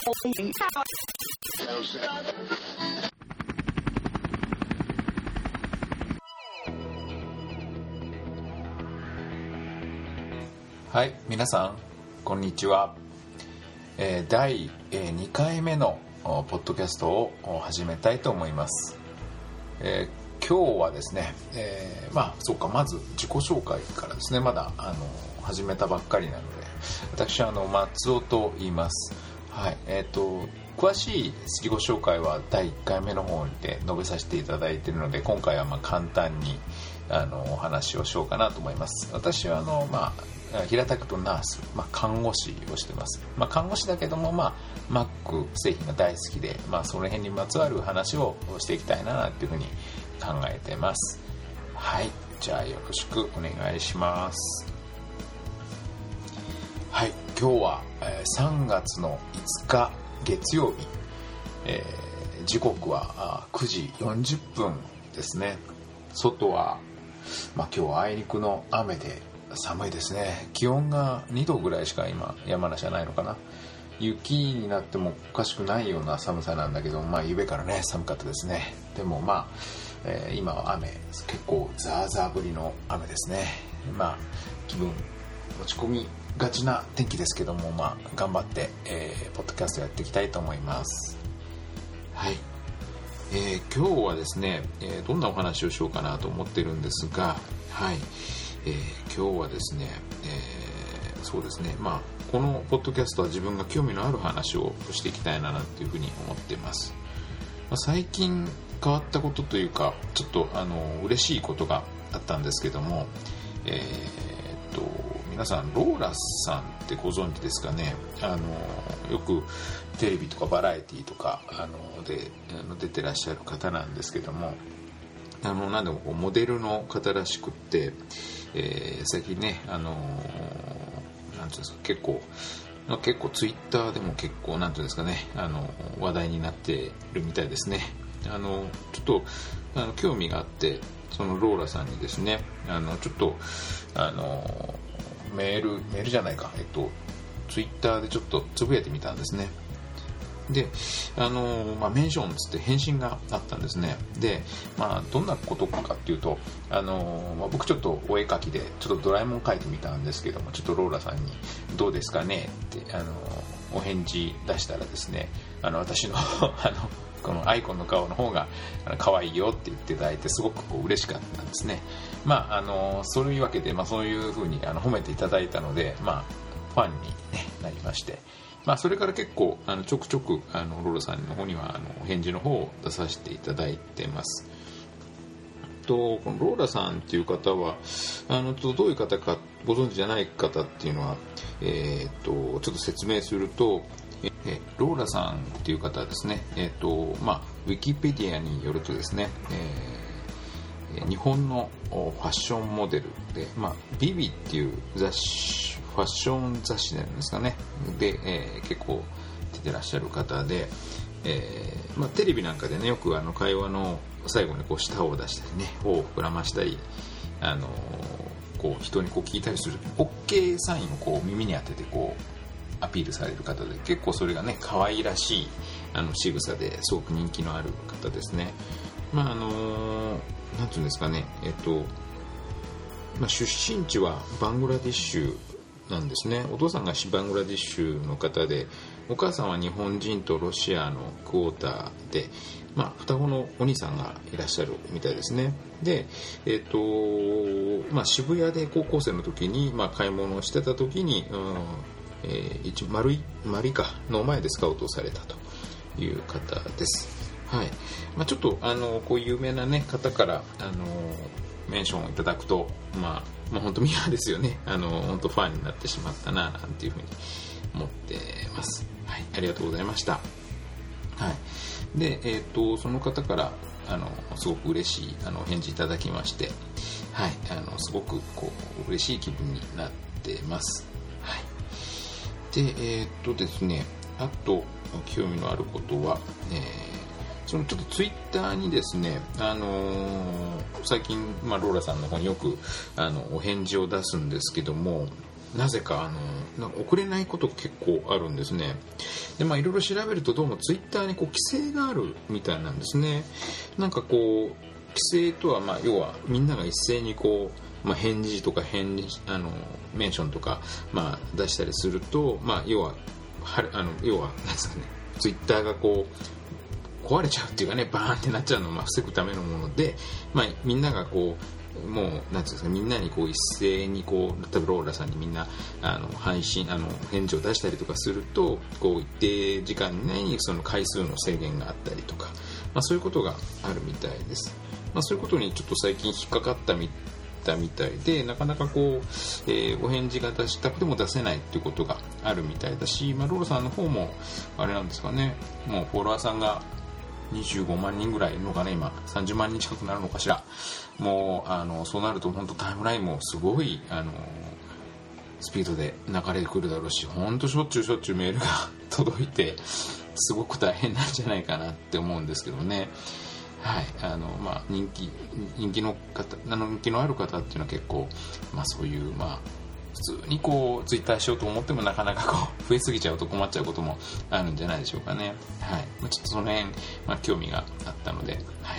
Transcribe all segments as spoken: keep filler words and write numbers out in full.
はい、皆さんこんにちは。えー、だいにかいめのポッドキャストを始めたいと思います。えー、今日はですね、えー、まあそうかまず自己紹介からですね。まだあの始めたばっかりなので、私はあの松尾と言います。はい、えっと詳しい自己紹介はだいいっかいめの方で述べさせていただいているので、今回はまあ簡単にあのお話をしようかなと思います。私はあのまあ平たくとナース、まあ、看護師をしてます。まあ、看護師だけども、まあ、Mac 製品が大好きで、まあ、その辺にまつわる話をしていきたいなというふうに考えてます。はい、じゃあよろしくお願いします。はい、今日はさんがつのいつか月曜日、えー、時刻はくじよんじゅっぷんですね。外は、まあ、今日はあいにくの雨で寒いですね。気温がにどぐらいしか今山梨はないのかな。雪になってもおかしくないような寒さなんだけど、まあ夕べからね寒かったですね。でもまあ、えー、今は雨、結構ザーザー降りの雨ですね。まあ気分落ち込みがちな天気ですけども、まあ頑張って、えー、ポッドキャストやっていきたいと思います。はい、えー、今日はですね、えー、どんなお話をしようかなと思ってるんですが、はい。えー、今日はですね、えー、そうですね、まあこのポッドキャストは自分が興味のある話をしていきたいなというふうに思っています。まあ、最近変わったことというか、ちょっとあの嬉しいことがあったんですけども、えー、っと皆さんローラさんってご存知ですかね。あのよくテレビとかバラエティとかあのであの出てらっしゃる方なんですけども、あの何でもモデルの方らしくって、えー、最近ね、あのー、なんていうんですか、結構結構ツイッターでも結構なんていうんですかね、あの話題になってるみたいですね。あのちょっとあの興味があって、そのローラさんにですね、あのちょっとあのメールメールじゃないか、えっとツイッターでちょっとつぶやいてみたんですね。で、あのまあ、メンションつって返信があったんですね。で、まあ、どんなことかっていうと、あのまあ、僕ちょっとお絵描きでちょっとドラえもん描いてみたんですけども、ちょっとローラさんにどうですかねってあのお返事出したらですね、あの私のあのこのアイコンの顔の方が可愛いよって言っていただいて、すごくこう嬉しかったんですね。まああのそういうわけで、まあ、そういうふうにあの褒めていただいたので、まあ、ファンに、ね、なりまして、まあ、それから結構あのちょくちょくあのローラさんの方にはあの返事の方を出させていただいてます。とこのローラさんっていう方はあのどういう方かご存知じゃない方っていうのは、えー、とちょっと説明すると、えローラさんっていう方はですね、えーとまあ、ウィキペディアによるとですね、えー、日本のファッションモデルで、まあ、ビビっていう雑誌ファッション雑誌なんですかね。で、えー、結構出てらっしゃる方で、えーまあ、テレビなんかでね、よくあの会話の最後にこう舌を出したりね、頬を膨らましたり、あのー、こう人にこう聞いたりするとき OK サインをこう耳に当ててこうアピールされる方で、結構それがね可愛らしいあの仕草ですごく人気のある方ですね。まああのー、なんていうんですかね、えっと、まあ、出身地はバングラディッシュなんですね。お父さんがバングラディッシュの方で、お母さんは日本人とロシアのクォーターで、まあ、双子のお兄さんがいらっしゃるみたいですね。で、えーとまあ、渋谷で高校生の時に、まあ、買い物をしてた時に、うんえー、一丸い丸いかの前でスカウトされたという方です。はい。まあ、ちょっとあのこういう有名な、ね、方からあのメンションをいただくと、まあまあ、本当ミアですよね。あの本当ファンになってしまったななんていうふうに思ってます。はい、ありがとうございました。はい。で、えっとその方からあのすごく嬉しいあの返事いただきまして、はい、あのすごくこう嬉しい気分になってます。はい。で、えっとですね、あと興味のあることは、えーそのちょっとツイッターにですね、あのー、最近、まあ、ローラさんの方によくあのお返事を出すんですけども、 なぜかあのなんか送れないこと結構あるんですね。でまあいろいろ調べるとどうもツイッターにこう規制があるみたいなんですね。なんかこう規制とはまあ要はみんなが一斉にこう、まあ、返事とか返事あのメンションとか、まあ、出したりすると、まあ、要ははあの要はなんですかね、ツイッターがこう壊れちゃうっていうかね、バーンってなっちゃうのをまあ防ぐためのもので、まあ、みんながこうもうなんていうんですか、みんなにこう一斉にこう例えばローラさんにみんなあの配信あの返事を出したりとかすると、こう一定時間以内にその回数の制限があったりとか、まあ、そういうことがあるみたいです。まあ、そういうことにちょっと最近引っかかったみみたいで、なかなかこう、えー、お返事が出したくても出せないっていうことがあるみたいだし、まあ、ローラさんの方もあれなんですかね、もうフォロワーさんがにじゅうごまんにんぐらいいるのかね、今さんじゅうまんにん近くなるのかしら。もうあのそうなると本当タイムラインもすごいあのスピードで流れてくるだろうし、本当しょっちゅうしょっちゅうメールが届いてすごく大変なんじゃないかなって思うんですけどね。はい、あのまあ、人気人気の方あの人気のある方っていうのは結構、まあ、そういう、まあ、普通にこうツイッターしようと思ってもなかなかこう増えすぎちゃうと困っちゃうこともあるんじゃないでしょうかね。はい、まあ、ちょっとその辺、まあ、興味があったので、はい、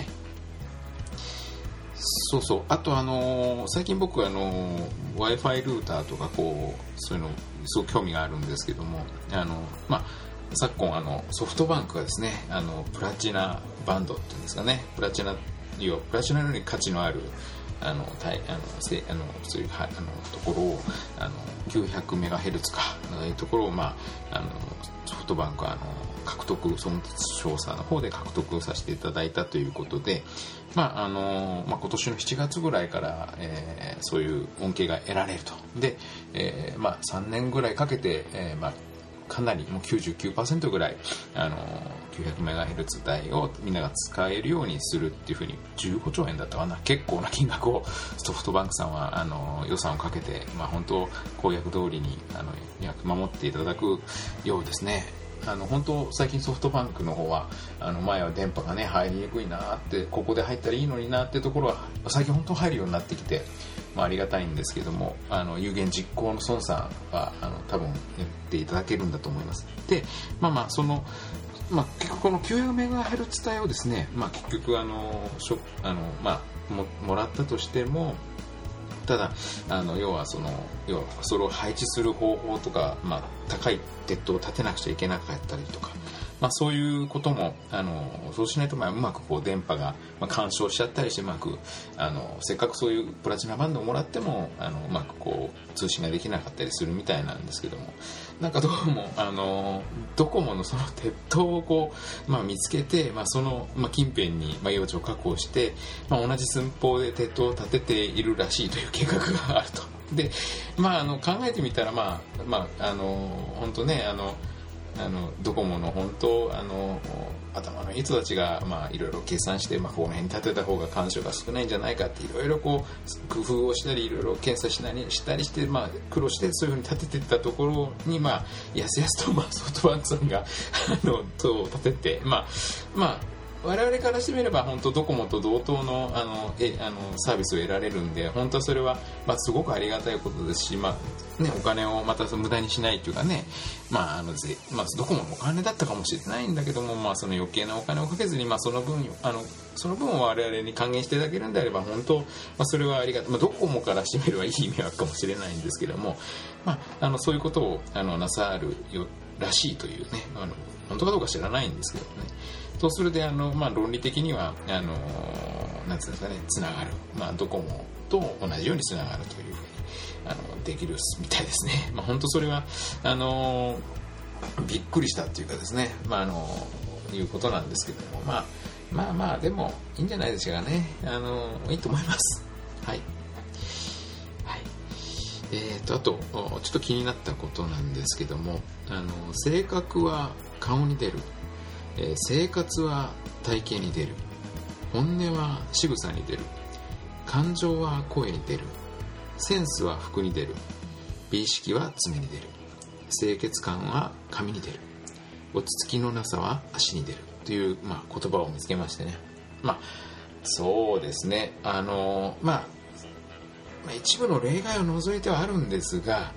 そうそう、あとあのー、最近僕あのー、Wi-Fi ルーターとかこうそういうのすごく興味があるんですけども、あのまあ昨今あのソフトバンクがですね、あのプラチナバンドっていうんですかね、プラチナ要はプラチナより価値のあるあの対あのせあのそういうはあのところをあのきゅうひゃくメガヘルツかあいうところをまああのソフトバンクはあの獲得総務調査の方で獲得させていただいたということで、まああのまあ、今年のしちがつぐらいから、えー、そういう恩恵が得られると。で、えーまあ、さんねんぐらいかけて、えーまあかなりもう きゅうじゅうきゅうパーセント ぐらいあの きゅうひゃくメガヘルツ 帯をみんなが使えるようにするっていうふうにじゅうごちょうえんだったかな、結構な金額をソフトバンクさんはあの予算をかけて、まあ、本当公約通りにあの守っていただくようですね。あの本当最近ソフトバンクの方はあの前は電波がね入りにくいなって、ここで入ったらいいのになってところは最近本当入るようになってきて、まあ、ありがたいんですけども、あの有言実行の孫さんはあの多分言っていただけるんだと思います。で、まあまあそのまあ、結局この きゅうひゃくメガヘルツ 帯をですね、まあ、結局あのしょあの、まあ、も, もらったとしても、ただあの要はその要はそれを配置する方法とか、まあ、高い鉄塔を立てなくちゃいけなかったりとか、まあ、そういうこともあのそうしないとまあうまくこう電波が干渉しちゃったりして、うまくあのせっかくそういうプラチナバンドをもらってもあのうまくこう通信ができなかったりするみたいなんですけども、なんかどうもあのドコモのその鉄塔をこう、まあ、見つけて、まあ、その、まあ、近辺に、まあ、用地を確保して、まあ、同じ寸法で鉄塔を立てているらしいという計画があると。で、まあ、あの考えてみたら、まあまあ、あの本当ねあのあのドコモの本当あの頭のいい人たちがまあいろいろ計算して、まあ、この辺に立てた方が干渉が少ないんじゃないかっていろいろこう工夫をしたりいろいろ検査しなりしたりして、まあ、苦労してそういうふうに立てていったところに、まあ、やすやすとまあソフトバンクさんがあの塔を立てて、まあまあ我々からしてみれば本当ドコモと同等のあのえあのサービスを得られるんで、本当はそれは、まあ、すごくありがたいことですし、まあね、お金をまた無駄にしないというかね、まああのぜまあ、ドコモのお金だったかもしれないんだけども、まあ、その余計なお金をかけずに、まあ、その分あのその分を我々に還元していただけるんであれば本当、まあ、それはありがたい、まあ、ドコモからしてみればいい迷惑かもしれないんですけども、まあ、あのそういうことをあのなさるよらしいというね、あの本当かどうか知らないんですけどね。とそれであの、まあ、論理的にはあのなんていうんですかね、つながる、まあ、ドコモと同じようにつながるというふうにあのできるみたいですね。まあ、本当それはあのびっくりしたっていうかですね、まあ、あのいうことなんですけども、まあ、まあまあでもいいんじゃないでしょうかね。あのいいと思います。はい、はい、えーとあとちょっと気になったことなんですけども、あの性格は顔に出る、えー、生活は体型に出る、本音は仕草に出る、感情は声に出る、センスは服に出る、美意識は爪に出る、清潔感は髪に出る、落ち着きのなさは足に出るという、まあ、言葉を見つけましてね。まあそうですね、あのー、まあ、まあ一部の例外を除いてはあるんですが、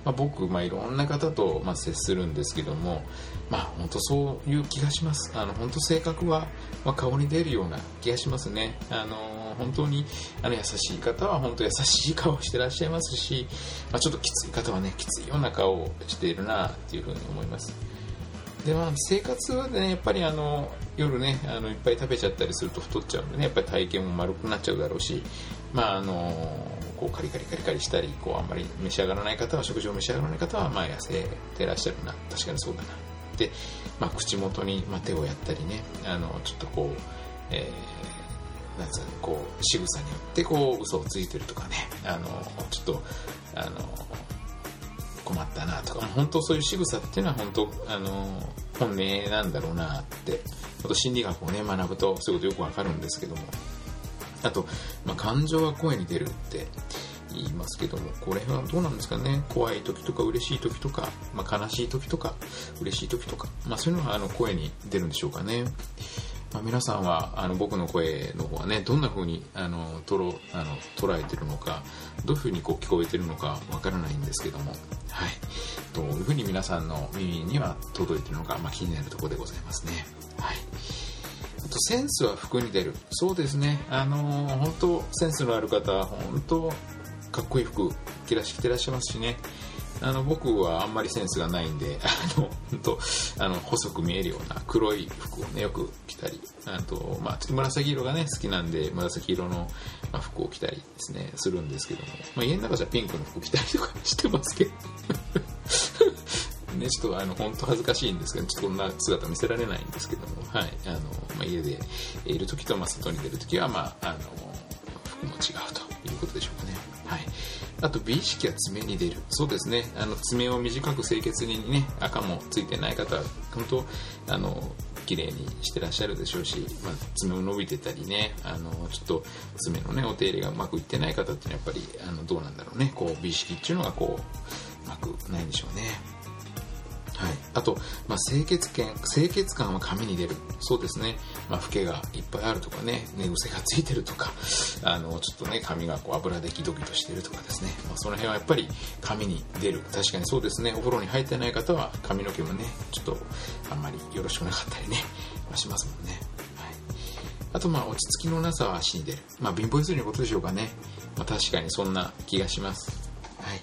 まあ、僕、まあ、いろんな方と、まあ、接するんですけども、まあ、本当そういう気がします。あの本当性格は、まあ、顔に出るような気がしますね。あの本当にあの優しい方は本当優しい顔をしてらっしゃいますし、まあ、ちょっときつい方はねきついような顔をしているなっていうふうに思います。でまあ、生活でねやっぱりあの夜ねあのいっぱい食べちゃったりすると太っちゃうんでね、やっぱり体型も丸くなっちゃうだろうし、まああのこうカリカリカリカリしたりこうあんまり召し上がらない方は食事を召し上がらない方はまあ痩せてらっしゃるな、確かにそうだなで、まあ、口元にまあ手をやったりね、あのちょっとこう、えー、なんつうのこう仕草によってこう嘘をついてるとかね、あのちょっとあの困ったなとか、本当そういう仕草っていうのは本当あの本音なんだろうなって、あと心理学をね学ぶとそういうことよくわかるんですけども、あと、まあ、感情は声に出るって言いますけども、これはどうなんですかね。怖い時とか嬉しい時とか、まあ、悲しい時とか嬉しい時とか、まあ、そういうのはあの声に出るんでしょうかね。まあ、皆さんはあの僕の声の方はねどんな風にあのとろあの捉えてるのか、どういう風にこう聞こえてるのかわからないんですけども、はい、どういう風に皆さんの耳には届いてるのか、まあ、気になるところでございますね。はい。あとセンスは服に出る。そうですね。あのー、本当センスのある方は本当かっこいい服着らしてらっしゃいますしね。あの僕はあんまりセンスがないんで、あの本当あの細く見えるような黒い服をねよく着たり、あとまあちょっと紫色がね好きなんで紫色の、まあ、服を着たりですねするんですけども、まあ、家の中じゃピンクの服着たりとかしてますけど。ね、ちょっとあの本当恥ずかしいんですけど、ちょっとこんな姿見せられないんですけども、はい、あのまあ、家でいる時と、まあ、外に出る時は、まあ、あの服も違うということでしょうかね。はい。あと美意識は爪に出る。そうですね。あの爪を短く清潔にね、赤もついてない方は本当あの綺麗にしてらっしゃるでしょうし、まあ、爪も伸びてたりね、あのちょっと爪のねお手入れがうまくいってない方っていうのはやっぱりあのどうなんだろうね。こう美意識っていうのがこううまくないんでしょうね。はい、あと、まあ、清潔感清潔感は髪に出る。そうですね、まあ、フケがいっぱいあるとかね、寝癖がついてるとか、あのちょっとね髪がこう油でギトギトしてるとかですね、まあ、その辺はやっぱり髪に出る。確かにそうですね。お風呂に入ってない方は髪の毛もねちょっとあんまりよろしくなかったりね、まあ、しますもんね。はい、あとまあ落ち着きのなさは足に出る。まあ貧乏ゆすりのことでしょうかね。まあ、確かにそんな気がします。はい。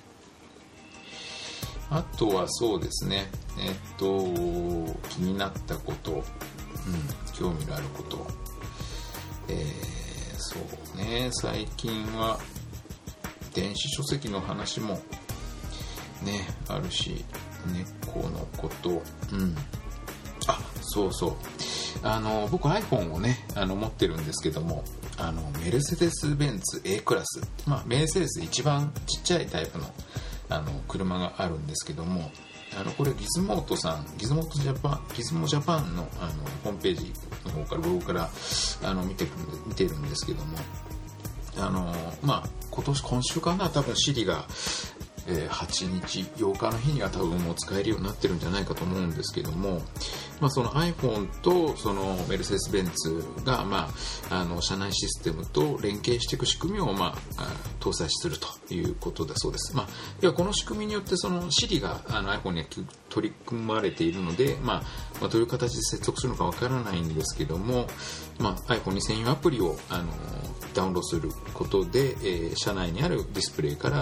あとはそうですね、えっと気になったこと、うん、興味のあること、えー、そうね、最近は電子書籍の話もねあるし、猫のこと、うん、あ、そうそう、あの僕 iPhone をねあの持ってるんですけども、あのメルセデス・ベンツ A クラス、まあ、メルセデスで一番ちっちゃいタイプのあの車があるんですけども、あのこれギズモートさん、ギズモートジャパン、ギズモジャパンのあのホームページの方からブログからあの見て見てるんですけども、あのまあ今年今週かな、多分シリが、えー、はちにちようかの日には多分もう使えるようになってるんじゃないかと思うんですけども、まあ、その iPhone とそのメルセデス・ベンツが、まあ、あの車内システムと連携していく仕組みを、まあ、搭載するということだそうです。まあ、要はこの仕組みによってその Siri があの iPhone に取り組まれているので、まあまあ、どういう形で接続するのかわからないんですけども、まあ、iPhone に専用アプリをあのダウンロードすることで、えー、車内にあるディスプレイから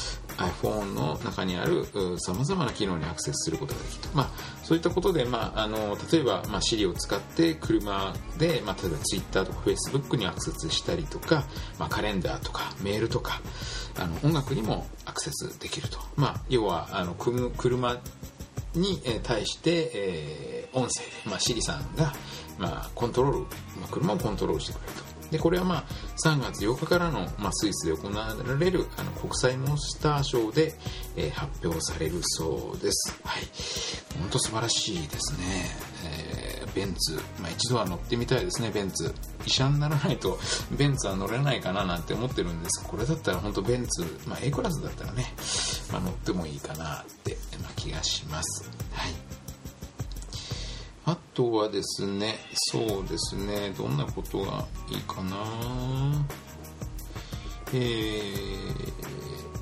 iPhone の中にあるさまざまな機能にアクセスすることができる。まあ、そういったことで、まあ、あの例えば、まあ、Siri を使って車で、まあ、例えば Twitter とか Facebook にアクセスしたりとか、まあ、カレンダーとかメールとかあの音楽にもアクセスできると。まあ、要はあの車に対して、えー、音声で、まあ、Siri さんが、まあ、コントロール、まあ、車をコントロールしてくれると。でこれはまあさんがつようかからの、まあ、スイスで行われるあの国際モンスターショーで、えー、発表されるそうです。はい、本当素晴らしいですね。えー、ベンツ、まあ、一度は乗ってみたいですね。ベンツ医者にならないとベンツは乗れないかななんて思ってるんですが、これだったら本当ベンツ、まあ、A クラスだったらね、まあ、乗ってもいいかなって、まあ、気がします。はい。あとはですね、そうですね、どんなことがいいかな。えー、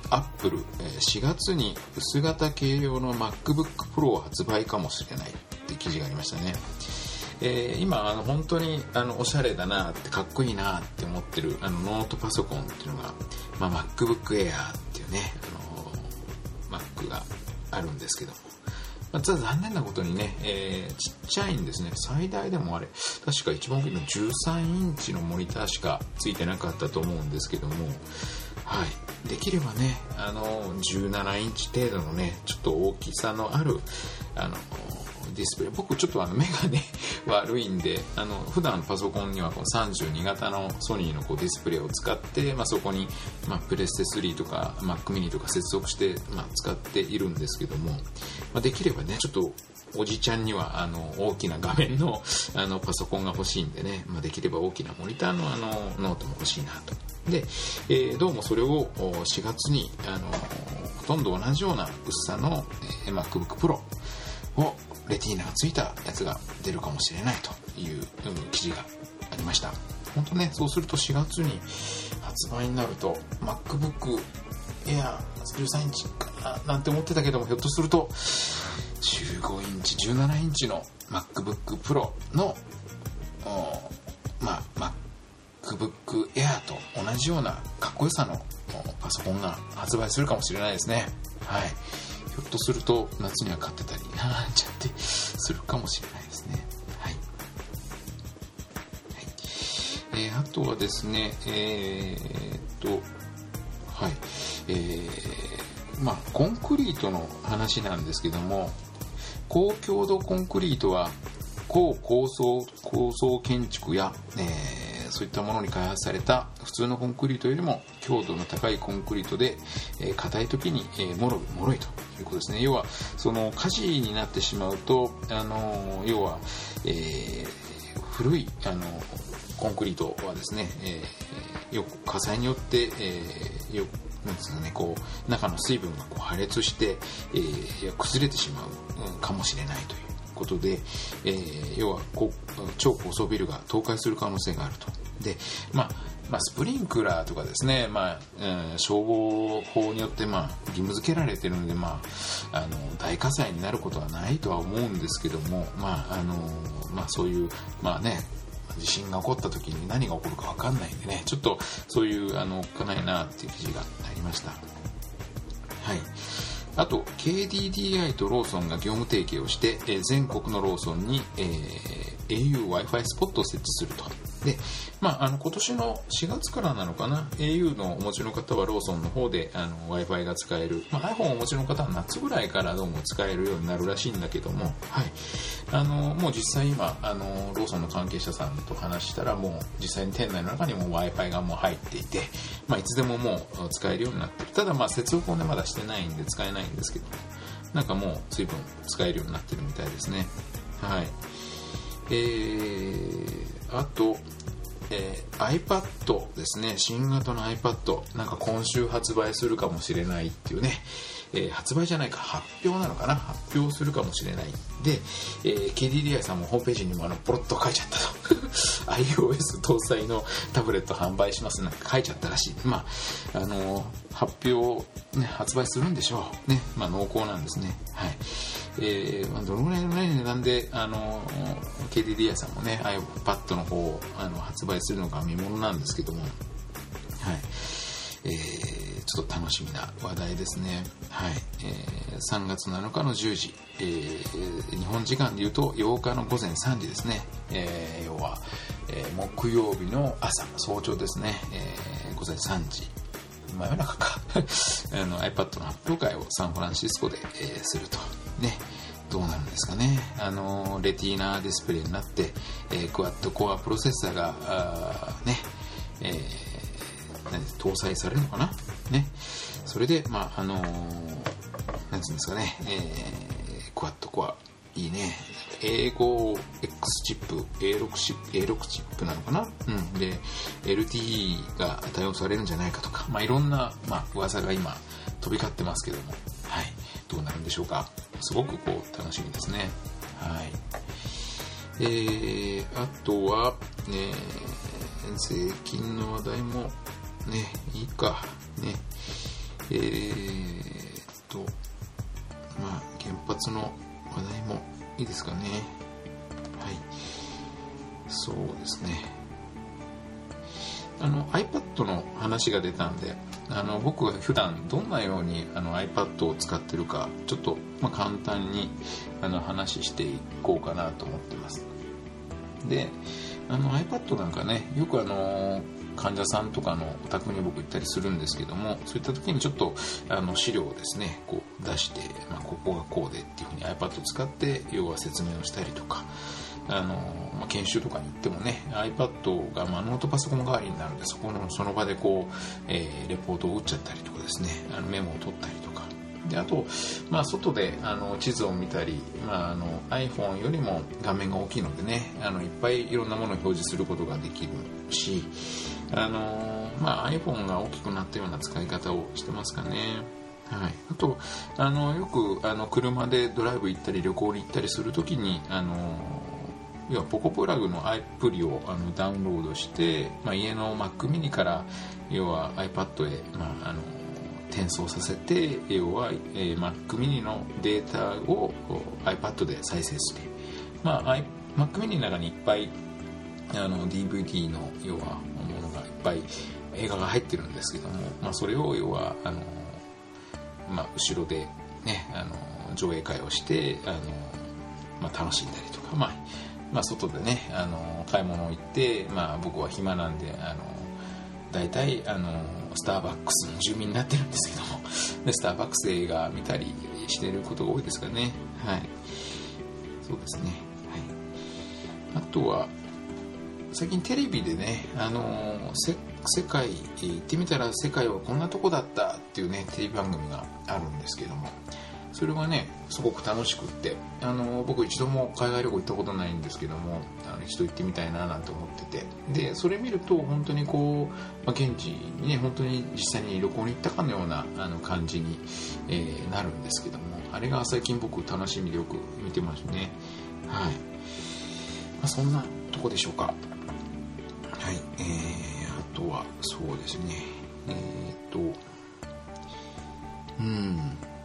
Apple、しがつに薄型軽量の MacBook Pro を発売かもしれないって記事がありましたね。えー、今あの本当にあのおしゃれだなってかっこいいなって思ってるあのノートパソコンっていうのが、まあ、MacBook Air っていうね、あの Mac があるんですけども、まあ、ただ残念なことにね、えー、ちっちゃいんですね。最大でもあれ確か一番大きいのじゅうさんインチのモニターしかついてなかったと思うんですけども、はい、できればねあのじゅうななインチ程度のねちょっと大きさのあるあのディスプレイ、僕ちょっとあの目がね悪いんで、あの普段パソコンにはこうさんじゅうに型のソニーのこうディスプレイを使って、まあ、そこに、まあ、プレステスリーとか Mac mini とか接続して、まあ、使っているんですけども、まあ、できればねちょっとおじちゃんにはあの大きな画面 の, あのパソコンが欲しいんでね、まあ、できれば大きなモニター の, あのノートも欲しいなと。で、えー、どうもそれをしがつにあのほとんど同じような薄さの、えー、MacBook Pro をレティーナがついたやつが出るかもしれないという、うん、記事がありました。本当ね、そうするとしがつに発売になると MacBook Air じゅうさんインチかななんて思ってたけども、ひょっとするとじゅうごインチじゅうななインチの MacBook Pro のまあ MacBook Air と同じようなかっこよさのパソコンが発売するかもしれないですね。はい、ひょっとすると夏には買ってたりなんちゃってするかもしれないですね。はい、はいえー、あとはですねえー、っとはいえー、まあコンクリートの話なんですけども、高強度コンクリートは高高層高層建築や、えー、そういったものに開発された普通のコンクリートよりも強度の高いコンクリートで、えー、硬い時に、えー、もろもろいということですね。要はその火事になってしまうと、あの要は、えー、古いあのコンクリートはですね、えー、よく火災によって、えー、よなんですかね、こう中の水分がこう破裂して、えー、崩れてしまう、うん、かもしれないということで、えー、要はこう超高層ビルが倒壊する可能性があると。で、まあまあ、スプリンクラーとかですね、まあうん、消防法によって、まあ、義務付けられているので、まあ、あの大火災になることはないとは思うんですけども、まああのまあ、そういう、まあね、地震が起こった時に何が起こるか分かんないんでね、ちょっとそういうあのおっかないなっていう記事がありました。はい。あと ケーディーディーアイ とローソンが業務提携をして、えー、全国のローソンに、えー、エーユー Wi-Fi スポットを設置すると。で、まあ、あの今年のしがつからなのかな、 エーユー のお持ちの方はローソンの方であの Wi-Fi が使える、まあ、iPhone をお持ちの方は夏ぐらいからどうも使えるようになるらしいんだけども、はい、あのもう実際今あのローソンの関係者さんと話したら、もう実際に店内の中にも Wi-Fi がもう入っていて、まあ、いつでももう使えるようになってる。ただまあ接続をねまだしてないんで使えないんですけど、なんかもう随分使えるようになってるみたいですね。はい。えー、あとえー、iPad ですね。新型の iPad なんか今週発売するかもしれないっていうね、えー、発売じゃないか発表なのかな、発表するかもしれないで、えー、ケーディーディーアイ さんもホームページにもあのポロッと書いちゃったとiOS 搭載のタブレット販売しますなんか書いちゃったらしい。まああのー、発表、ね、発売するんでしょうね。まあ濃厚なんですね。はい。えー、どのぐらいの値段であの ケーディーディーアイ さんもね iPad の方をあの発売するのか見ものなんですけども、はい、えー、ちょっと楽しみな話題ですね。はい、えー、さんがつなのかのじゅうじ、えー、日本時間でいうとようかのごぜんさんじですね。えー、要は、えー、木曜日の朝早朝ですね、えー、ごぜんさんじ真夜中かあの iPad の発表会をサンフランシスコで、えー、するとね。どうなるんですかね。あのレティーナディスプレイになって、えー、クワッドコアプロセッサーがね、えー、搭載されるのかなね。それでまああのー、なんていうんですかね、えー、クワッドコアいいね。エーファイブエックス チップ エーシックス チップなのかな、うん、で エルティーイー が対応されるんじゃないかとか、まあ、いろんな、まあ、噂が今飛び交ってますけども、はい、どうなるんでしょうか。すごくこう楽しみですね。はい。えー、あとは、ね、税金の話題もねいいかね。 えー、っとまあ原発の話題もいいですかね。はい、そうですね。あの iPad の話が出たんで、あの僕が普段どんなようにあの iPad を使ってるかちょっと、まあ、簡単にあの話していこうかなと思ってます。で、あの iPad なんかね、よくあの患者さんとかのお宅に僕行ったりするんですけども、そういった時にちょっとあの資料をですねこう出して、まあ、ここがこうでっていうふうに iPad を使って要は説明をしたりとか、あのまあ、研修とかに行ってもね iPad が、まあ、ノートパソコン代わりになるんで、そこのその場でこう、えー、レポートを打っちゃったりとかですね、あのメモを取ったりとかで、あと、まあ、外であの地図を見たり、まあ、あの iPhone よりも画面が大きいのでね、あのいっぱいいろんなものを表示することができるし、あの、まあ、iPhone が大きくなったような使い方をしてますかね。はい、あとあのよくあの車でドライブ行ったり旅行に行ったりするときにあの要はポコプラグのアプリをあのダウンロードして、まあ、家の Mac mini から要は iPad へ、まあ、あの転送させて、要は、えー、Mac mini のデータを iPad で再生して、まあ、Mac mini の中にいっぱいあの ディーブイディー の要はものがいっぱい映画が入ってるんですけども、まあ、それを要はあの、まあ、後ろで、ね、あの上映会をしてあの、まあ、楽しんだりとか、まあまあ、外でねあの買い物行って、まあ、僕は暇なんであの大体あのスターバックスの住民になってるんですけどもでスターバックス映画見たりしてることが多いですかね。はい、そうですね。はい、あとは最近テレビでねあのせ世界行ってみたら世界はこんなとこだったっていうねテレビ番組があるんですけども、それはねすごく楽しくって、あの僕一度も海外旅行行ったことないんですけども、あの一度行ってみたいななんて思ってて、でそれ見ると本当にこう、まあ、現地にね本当に実際に旅行に行ったかのようなあの感じに、えー、なるんですけども、あれが最近僕楽しみでよく見てますね。はい、まあ、そんなとこでしょうか。はい、えー、あとはそうですねえー、っとうん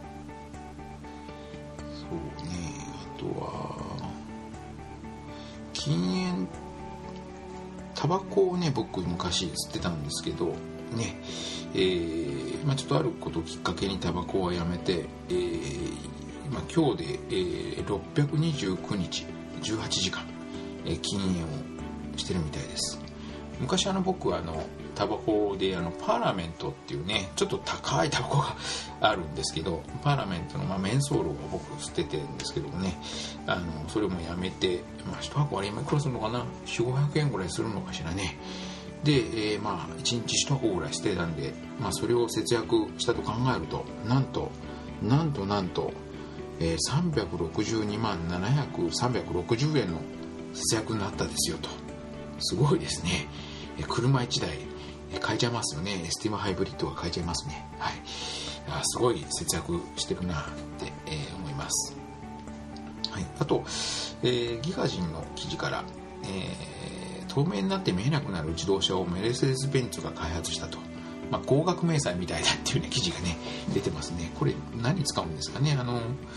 そうね、あとは禁煙タバコをね僕昔吸ってたんですけどね、えーまあ、ちょっとあることをきっかけにタバコはやめて、えーまあ、今日で、えー、ろっぴゃくにじゅうくにちじゅうはちじかん、えー、禁煙をしてるみたいです。昔あの僕はあのタバコであのパーラメントっていうねちょっと高いタバコがあるんですけど、パーラメントの、まあ、メンソールを僕吸っててるんですけどもね、あのそれもやめて、まあ、いち箱あれ今いくらするのかな、よんひゃくごひゃくえんぐらいするのかしらね。で、えー、まあいちにちいち箱ぐらい捨てたんで、まあ、それを節約したと考えるとなんとなんとなんと、えー、さんびゃくろくじゅうにまんななひゃく、さんびゃくろくじゅうえんの節約になったですよと。すごいですね。え車いちだい買えちゃいますよね。エスティマハイブリッドが買えちゃいますね。はい、あすごい節約してるなって、えー、思います。はい、あと、えー、ギガ人の記事から、えー、透明になって見えなくなる自動車をメルセデス・ベンツが開発したと、まあ、光学迷彩みたいだっていう、ね、記事がね出てますね。これ何に使うんですかね。あのあ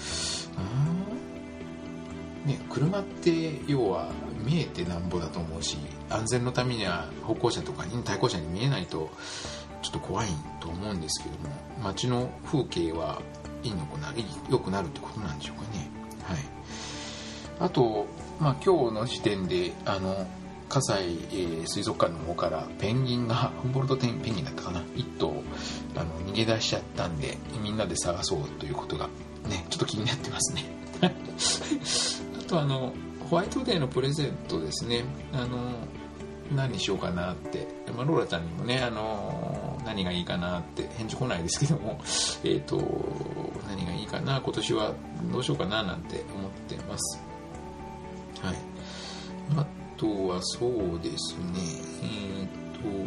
ね、車って要は見えてなんぼだと思うし、安全のためには歩行者とかに対向車に見えないとちょっと怖いと思うんですけども、街の風景はいいのかな、良くなるってことなんでしょうかね。はい、あと、まあ、今日の時点であの葛西、えー、水族館の方からペンギンがフンボルトペンギンだったかな、一頭あの逃げ出しちゃったんでみんなで探そうということがねちょっと気になってますね。あとあのホワイトデーのプレゼントですね、あの何にしようかなって、まあ、ローラちゃんにもねあの何がいいかなって返事来ないですけども、えーと何がいいかな今年はどうしようかななんて思ってます。はい、あとはそうですねえっ、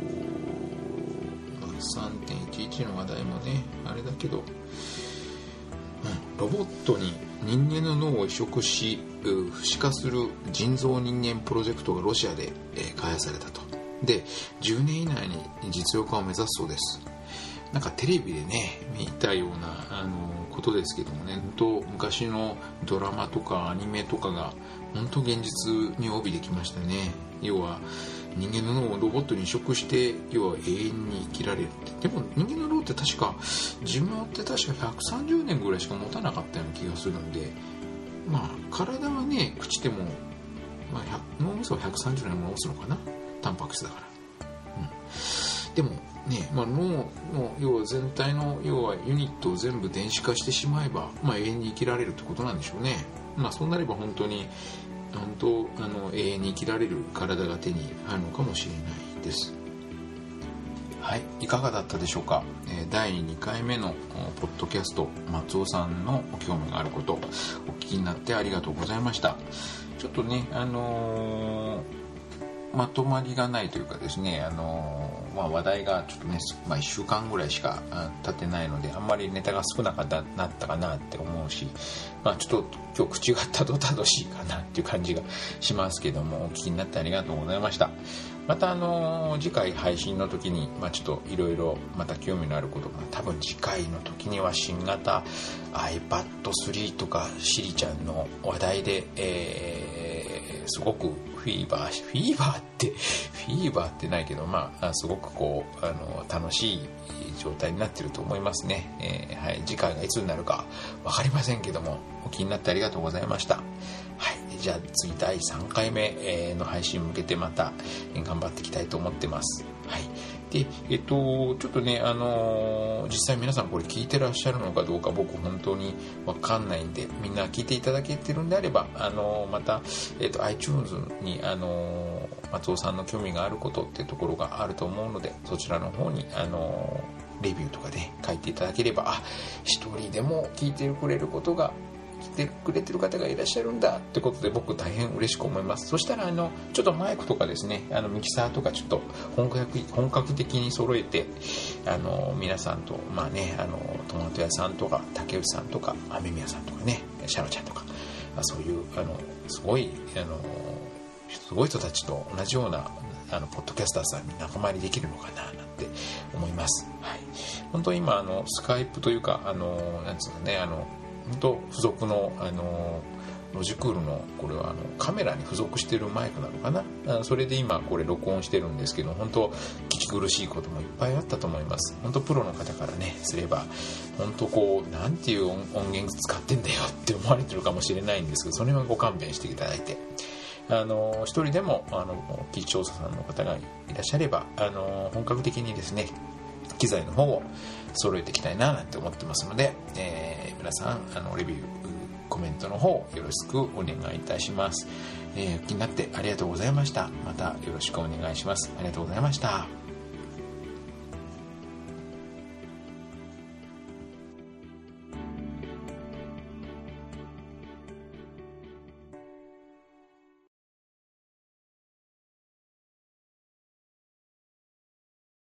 ー、と、まあ、さんてんいちいち の話題もねあれだけど、ロボットに人間の脳を移植し不死化する人造人間プロジェクトがロシアで開発されたと。でじゅうねん以内に実用化を目指すそうです。 なんかテレビでね見たようなあのことですけどもね、本当昔のドラマとかアニメとかが本当現実に帯びてきましたね。要は人間の脳をロボットに移植して、要は永遠に生きられるって。でも人間の脳って確か寿命って確かひゃくさんじゅうねんぐらいしか持たなかったような気がするんで、まあ体はね朽ちても、まあ、脳みそはひゃくさんじゅうねんも持つのかな、タンパク質だから、うん、でもね、まあ、脳の要は全体の要はユニットを全部電子化してしまえば、まあ、永遠に生きられるってことなんでしょうね。まあそうなれば本当に本当あの永遠に生きられる体が手に入るのかもしれないです。はい、いかがだったでしょうか。えー、だいにかいめのポッドキャスト、松尾さんの興味があることお聞きになってありがとうございました。ちょっとね、あのー、まとまりがないというかですね、あのーまあ、話題がちょっとね、まあ、いっしゅうかんぐらいしか経ってないので、あんまりネタが少なかったなったかなって思うし、まあ、ちょっと今日口がたどたどしいかなっていう感じがしますけども、お聞きになってありがとうございました。またあのー、次回配信の時に、まあ、ちょっといろいろまた興味のあることが、多分次回の時には新型 アイパッドスリー とかシリちゃんの話題で、えー、すごくフィーバーフィーバーってフィーバーってないけど、まあすごくこうあの楽しい状態になっていると思いますね。えーはい、次回がいつになるか分かりませんけども、お気になってありがとうございました。はい、じゃあ次だいさんかいめの配信に向けてまた頑張っていきたいと思ってます。はい。で、えっと、ちょっとね、あのー、実際皆さんこれ聞いてらっしゃるのかどうか僕本当にわかんないんで、みんな聞いていただけてるんであれば、あのー、また、えっと、iTunes に、あのー、松尾さんの興味があることっていうところがあると思うので、そちらの方に、あのー、レビューとかで、ね、書いていただければ、あ、一人でも聞いてくれることが来てくれてる方がいらっしゃるんだってことで、僕大変嬉しく思います。そしたらあのちょっとマイクとかですね、あのミキサーとかちょっと本格本格的に揃えて、あの皆さんと、まあね、あのトマト屋さんとか竹内さんとか雨宮さんとかね、シャロちゃんとか、そういうあのすごいあのすごい人たちと同じようなあのポッドキャスターさんに仲間入りできるのかななんて思います。はい、本当今あのスカイプというか、あのなんつうのね、あの本当付属のあのロジクールのこれはあのカメラに付属してるマイクなのかな、それで今これ録音してるんですけど、本当聞き苦しいこともいっぱいあったと思います。本当プロの方からねすれば、本当こうなんていう音源使ってんだよって思われてるかもしれないんですけど、それはご勘弁していただいて、あの一人でもあの聞き調査さんの方がいらっしゃれば、あの本格的にですね機材の方を揃えていきたいななんて思ってますので、えー、皆さんあのレビューコメントの方よろしくお願いいたします。えー、気になってありがとうございました。またよろしくお願いします。ありがとうございました。